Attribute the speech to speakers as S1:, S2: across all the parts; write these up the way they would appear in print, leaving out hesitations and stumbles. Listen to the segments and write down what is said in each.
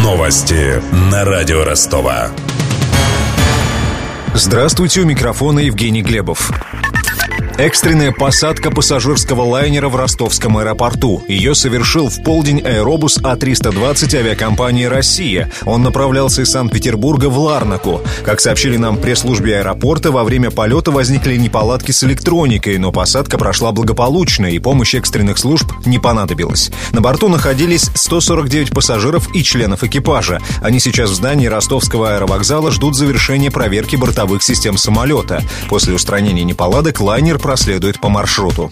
S1: Новости на радио Ростова.
S2: Здравствуйте, у микрофона Евгений Глебов. Экстренная посадка пассажирского лайнера в ростовском аэропорту. Ее совершил в полдень аэробус А-320 авиакомпании «Россия». Он направлялся из Санкт-Петербурга в Ларнаку. Как сообщили нам в пресс-службе аэропорта, во время полета возникли неполадки с электроникой, но посадка прошла благополучно, и помощь экстренных служб не понадобилась. На борту находились 149 пассажиров и членов экипажа. Они сейчас в здании ростовского аэровокзала ждут завершения проверки бортовых систем самолета. После устранения неполадок лайнер проследует по маршруту.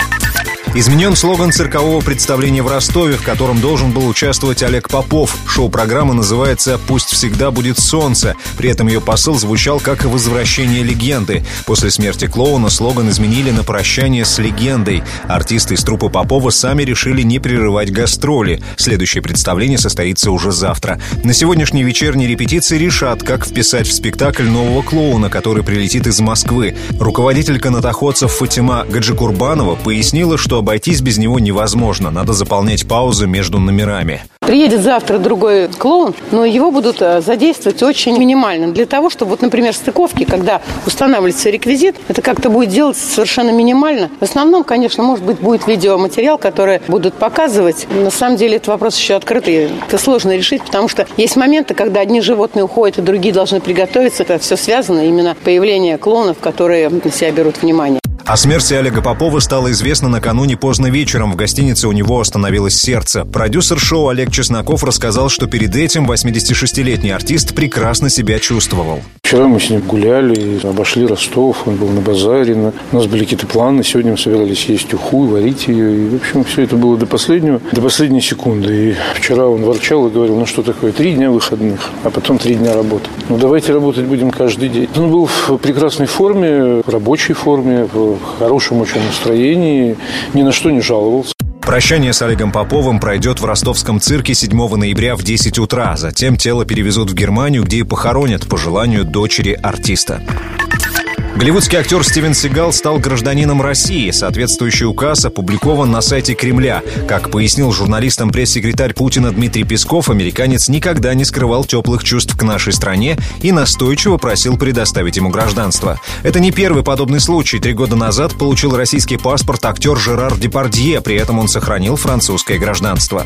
S2: Изменен слоган циркового представления в Ростове, в котором должен был участвовать Олег Попов. Шоу-программа называется «Пусть всегда будет солнце». При этом ее посыл звучал как «Возвращение легенды». После смерти клоуна слоган изменили на «Прощание с легендой». Артисты из труппы Попова сами решили не прерывать гастроли. Следующее представление состоится уже завтра. На сегодняшней вечерней репетиции решат, как вписать в спектакль нового клоуна, который прилетит из Москвы. Руководитель канатоходцев Фатима Гаджикурбанова пояснила, что обойтись без него невозможно. Надо заполнять паузы между номерами.
S3: Приедет завтра другой клоун, но его будут задействовать очень минимально. Для того, чтобы, вот, например, стыковки, когда устанавливается реквизит, это как-то будет делаться совершенно минимально. В основном, конечно, может быть, будет видеоматериал, который будут показывать. На самом деле, этот вопрос еще открытый. Это сложно решить, потому что есть моменты, когда одни животные уходят, и другие должны приготовиться. Это все связано именно появление клоунов, которые на себя берут внимание.
S2: О смерти Олега Попова стало известно накануне поздно вечером. В гостинице у него остановилось сердце. Продюсер шоу Олег Чесноков рассказал, что перед этим 86-летний артист прекрасно себя чувствовал.
S4: Вчера мы с ним гуляли, обошли Ростов, он был на базаре. У нас были какие-то планы. Сегодня мы собирались есть уху, варить ее. И, в общем, все это было до последней секунды. И вчера он ворчал и говорил, что такое, 3 дня выходных, а потом 3 дня работы. Давайте работать будем каждый день. Он был в прекрасной форме, в рабочей форме, в хорошем очень настроении, ни на что не жаловался.
S2: Прощание с Олегом Поповым пройдет в ростовском цирке 7 ноября в 10 утра. Затем тело перевезут в Германию, где и похоронят по желанию дочери артиста. Голливудский актер Стивен Сигал стал гражданином России. Соответствующий указ опубликован на сайте Кремля. Как пояснил журналистам пресс-секретарь Путина Дмитрий Песков, американец никогда не скрывал теплых чувств к нашей стране и настойчиво просил предоставить ему гражданство. Это не первый подобный случай. 3 года назад получил российский паспорт актер Жерар Депардье. При этом он сохранил французское гражданство.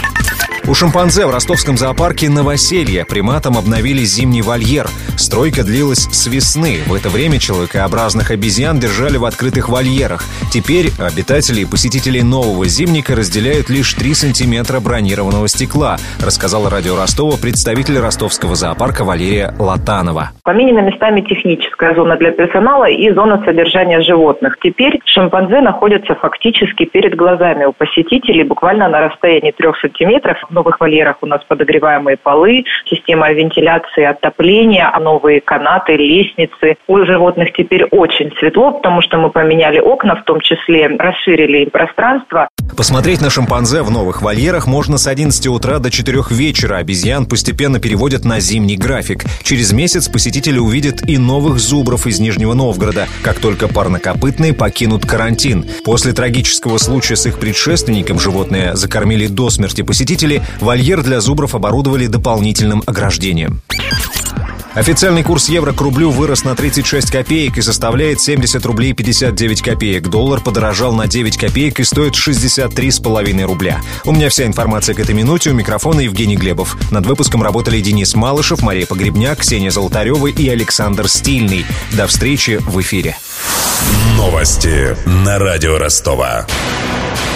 S2: У шимпанзе в ростовском зоопарке новоселье. Приматам обновили зимний вольер. Стройка длилась с весны. В это время человекообразных обезьян держали в открытых вольерах. Теперь обитатели и посетители нового зимника разделяют лишь 3 сантиметра бронированного стекла, рассказала радио Ростова представитель ростовского зоопарка Валерия Латанова.
S5: Поменена местами техническая зона для персонала и зона содержания животных. Теперь шимпанзе находятся фактически перед глазами у посетителей, буквально на расстоянии 3 сантиметров. В новых вольерах у нас подогреваемые полы, система вентиляции, отопления, новые канаты, лестницы. У животных теперь очень светло, потому что мы поменяли окна, в том числе расширили им пространство.
S2: Посмотреть на шимпанзе в новых вольерах можно с 11 утра до 4 вечера. Обезьян постепенно переводят на зимний график. Через месяц посетители увидят и новых зубров из Нижнего Новгорода, как только парнокопытные покинут карантин. После трагического случая с их предшественником животные закормили до смерти посетителей, вольер для зубров оборудовали дополнительным ограждением. Официальный курс евро к рублю вырос на 36 копеек и составляет 70 рублей 59 копеек. Доллар подорожал на 9 копеек и стоит 63,5 рубля. У меня вся информация к этой минуте. У микрофона Евгений Глебов. Над выпуском работали Денис Малышев, Мария Погребняк, Ксения Золотарева и Александр Стильный. До встречи в эфире.
S1: Новости на радио Ростова.